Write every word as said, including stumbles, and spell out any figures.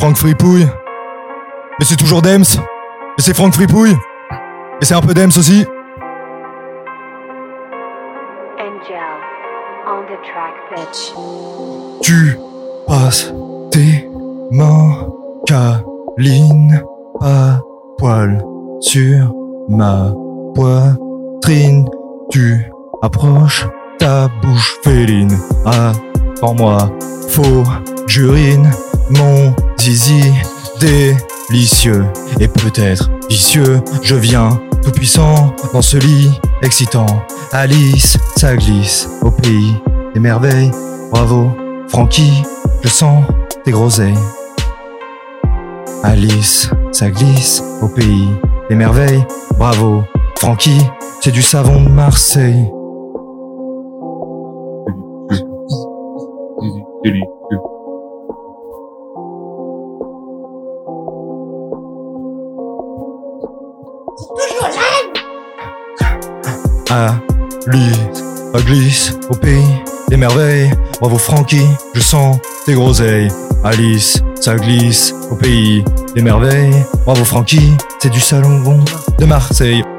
Franck Fripouille. Mais c'est toujours Dems. Et c'est Franck Fripouille. Et c'est un peu Dems aussi. Angel on the track pitch. Tu passes tes mains câlines à poil sur ma poitrine. Tu approches ta bouche féline. Attends-moi, faux, j'urine mon zizi délicieux et peut-être vicieux. Je viens tout puissant dans ce lit excitant. Alice, ça glisse au pays des merveilles. Bravo, Francky, je sens tes groseilles. Alice, ça glisse au pays des merveilles. Bravo, Francky, c'est du savon de Marseille. Alice, ça glisse au pays des merveilles. Bravo Francky, je sens tes groseilles. Alice, ça glisse au pays des merveilles. Bravo Francky, c'est du salon de Marseille.